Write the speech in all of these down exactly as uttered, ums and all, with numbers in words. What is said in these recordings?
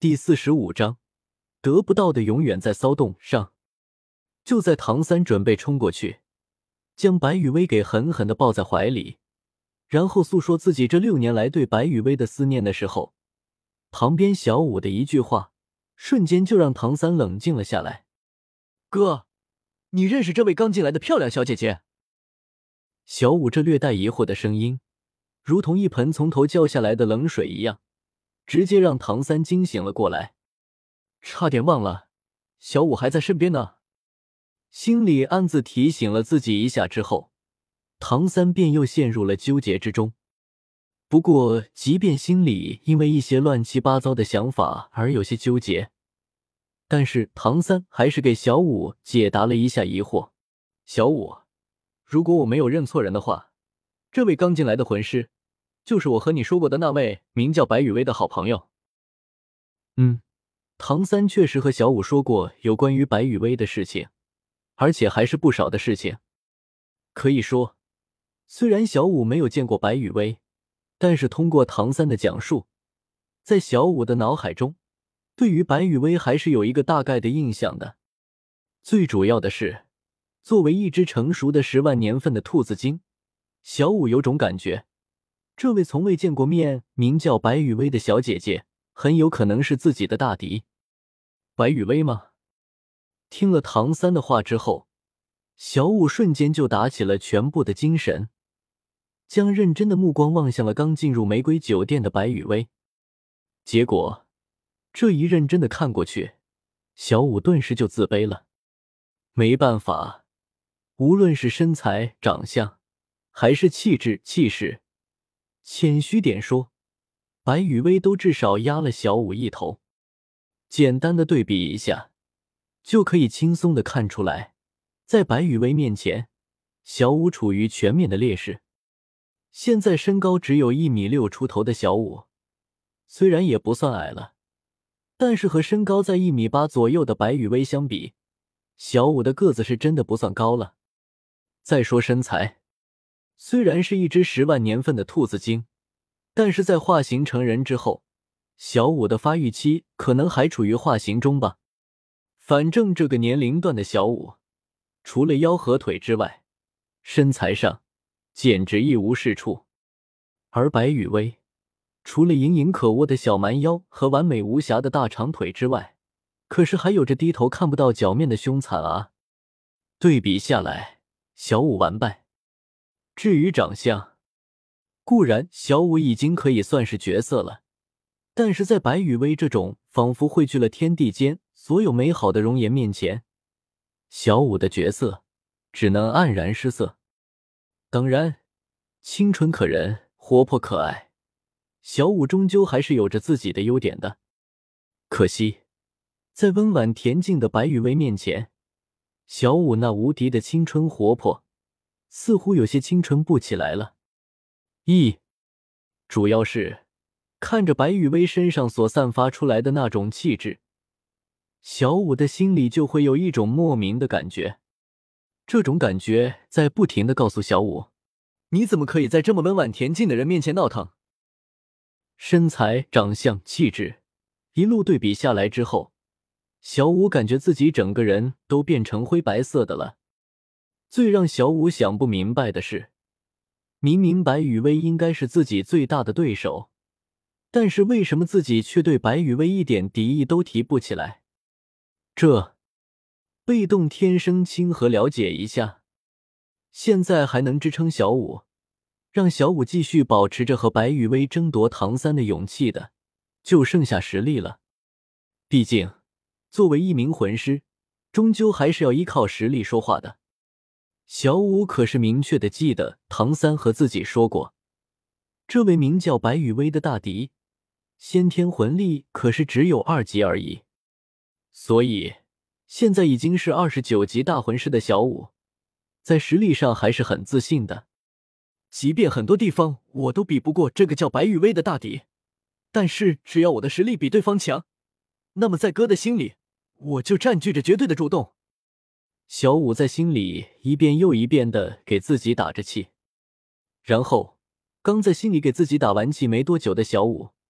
第四十五章，得不到的永远在骚动上。就在唐三准备冲过去，将白羽薇给狠狠地抱在怀里，然后诉说自己这六年来对白羽薇的思念的时候，旁边小舞的一句话，瞬间就让唐三冷静了下来。 哥，你认识这位刚进来的漂亮小姐姐？ 小舞这略带疑惑的声音，如同一盆从头浇下来的冷水一样，直接让唐三惊醒了过来。 差点忘了，小舞还在身边呢。 心里暗自提醒了自己一下之后，唐三便又陷入了纠结之中。不过即便心里因为一些乱七八糟的想法而有些纠结，但是唐三还是给小舞解答了一下疑惑。 小舞，如果我没有认错人的话，这位刚进来的魂师就是我和你说过的那位名叫白羽薇的好朋友。 嗯，唐三确实和小舞说过有关于白羽薇的事情，而且还是不少的事情。可以说，虽然小舞没有见过白羽薇，但是通过唐三的讲述，在小舞的脑海中，对于白羽薇还是有一个大概的印象的。最主要的是，作为一只成熟的十万年份的兔子精，小舞有种感觉，这位从未见过面名叫白羽薇的小姐姐很有可能是自己的大敌。白羽薇吗？听了唐三的话之后，小舞瞬间就打起了全部的精神，将认真的目光望向了刚进入玫瑰酒店的白羽薇。结果这一认真的看过去，小舞顿时就自卑了。没办法，无论是身材、长相，还是气质、气势，谦虚点说，白羽薇都至少压了小舞一头。简单的对比一下，就可以轻松的看出来，在白羽薇面前，小舞处于全面的劣势。现在身高只有一米六出头的小舞，虽然也不算矮了，但是和身高在一米八左右的白羽薇相比，小舞的个子是真的不算高了。再说身材，虽然是一只十万年份的兔子精，但是在化形成人之后，小舞的发育期可能还处于化形中吧。反正这个年龄段的小舞，除了腰和腿之外，身材上简直一无是处。而白羽薇，除了盈盈可握的小蛮腰和完美无瑕的大长腿之外，可是还有着低头看不到脚面的凶残啊！对比下来，小舞完败。至于长相，固然小舞已经可以算是绝色了，但是在白羽薇这种仿佛汇聚了天地间所有美好的容颜面前，小舞的绝色只能黯然失色。当然，清纯可人，活泼可爱，小舞终究还是有着自己的优点的。可惜，在温婉恬静的白羽薇面前，小舞那无敌的青春活泼，似乎有些清纯不起来了。一，主要是看着白羽薇身上所散发出来的那种气质，小舞的心里就会有一种莫名的感觉。这种感觉在不停地告诉小舞， 你怎么可以在这么温婉恬静的人面前闹腾？ 身材、长相、气质一路对比下来之后，小舞感觉自己整个人都变成灰白色的了。最让小舞想不明白的是，明明白羽薇应该是自己最大的对手，但是为什么自己却对白羽薇一点敌意都提不起来？这被动天生亲和了解一下，现在还能支撑小舞，让小舞继续保持着和白羽薇争夺唐三的勇气的，就剩下实力了。毕竟作为一名魂师，终究还是要依靠实力说话的。小舞可是明确的记得唐三和自己说过，这位名叫白羽薇的大敌，先天魂力可是只有二级而已。所以现在已经是二十九级大魂师的小舞，在实力上还是很自信的。 即便很多地方我都比不过这个叫白羽薇的大敌，但是只要我的实力比对方强，那么在哥的心里，我就占据着绝对的主动。 小舞在心里一遍又一遍地给自己打着气。然后刚在心里给自己打完气没多久的小舞，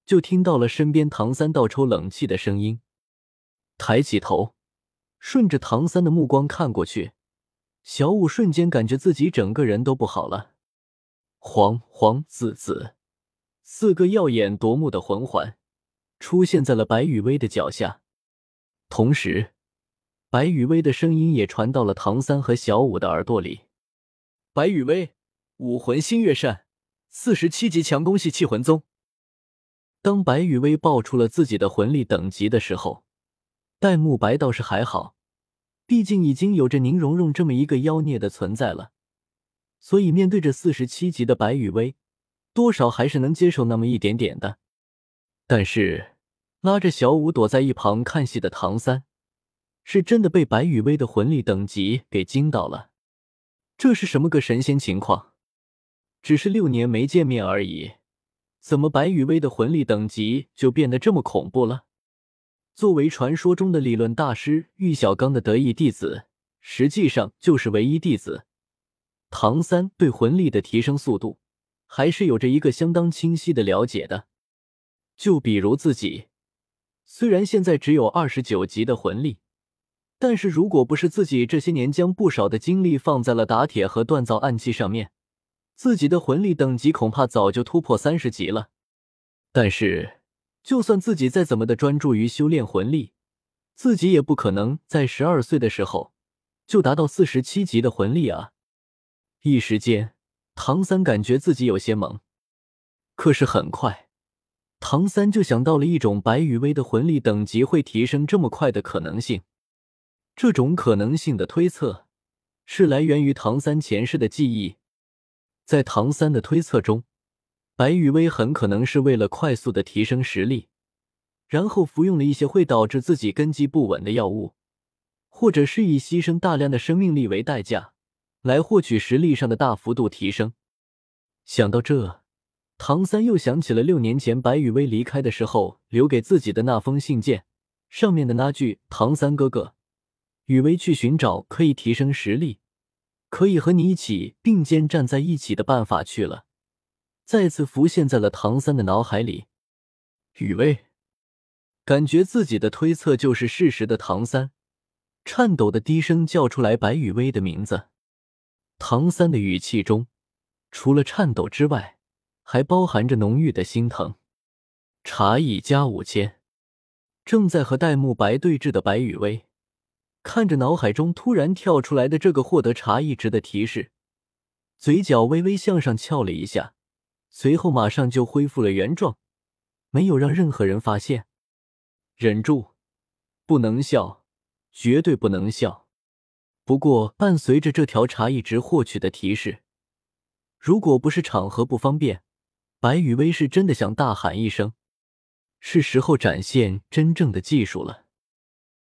就听到了身边唐三倒抽冷气的声音。抬起头，顺着唐三的目光看过去，小五瞬间感觉自己整个人都不好了。黄黄紫紫四个耀眼夺目的魂环出现在了白羽薇的脚下，同时白羽薇的声音也传到了唐三和小五的耳朵里。 白羽薇，武魂星月扇，四十七级强攻系气魂宗。 当白羽薇报出了自己的魂力等级的时候，戴沐白倒是还好，毕竟已经有着宁荣荣这么一个妖孽的存在了，所以面对着四十七级的白羽薇，多少还是能接受那么一点点的。但是拉着小五躲在一旁看戏的唐三，是真的被白羽薇的魂力等级给惊到了。这是什么个神仙情况？只是六年没见面而已，怎么白羽薇的魂力等级就变得这么恐怖了？作为传说中的理论大师玉小刚的得意弟子，实际上就是唯一弟子，唐三对魂力的提升速度还是有着一个相当清晰的了解的。就比如自己，虽然现在只有二十九级的魂力，但是如果不是自己这些年将不少的精力放在了打铁和锻造暗器上面，自己的魂力等级恐怕早就突破三十级了。但是就算自己再怎么的专注于修炼魂力，自己也不可能在十二岁的时候就达到四十七级的魂力啊。一时间唐三感觉自己有些懵，可是很快唐三就想到了一种白羽薇的魂力等级会提升这么快的可能性。这种可能性的推测是来源于唐三前世的记忆。在唐三的推测中，白羽薇很可能是为了快速的提升实力，然后服用了一些会导致自己根基不稳的药物，或者是以牺牲大量的生命力为代价来获取实力上的大幅度提升。想到这，唐三又想起了六年前白羽薇离开的时候留给自己的那封信件，上面的那句唐三哥哥，羽薇去寻找可以提升实力，可以和你一起并肩站在一起的办法去了，再次浮现在了唐三的脑海里。羽薇，感觉自己的推测就是事实的唐三颤抖的低声叫出来白羽薇的名字。唐三的语气中除了颤抖之外，还包含着浓郁的心疼。茶艺加五千。正在和戴沐白对峙的白羽薇看着脑海中突然跳出来的这个获得茶艺值的提示，嘴角微微向上翘了一下，随后马上就恢复了原状，没有让任何人发现。忍住，不能笑，绝对不能笑。不过伴随着这条茶艺值获取的提示，如果不是场合不方便，白羽薇是真的想大喊一声，是时候展现真正的技术了。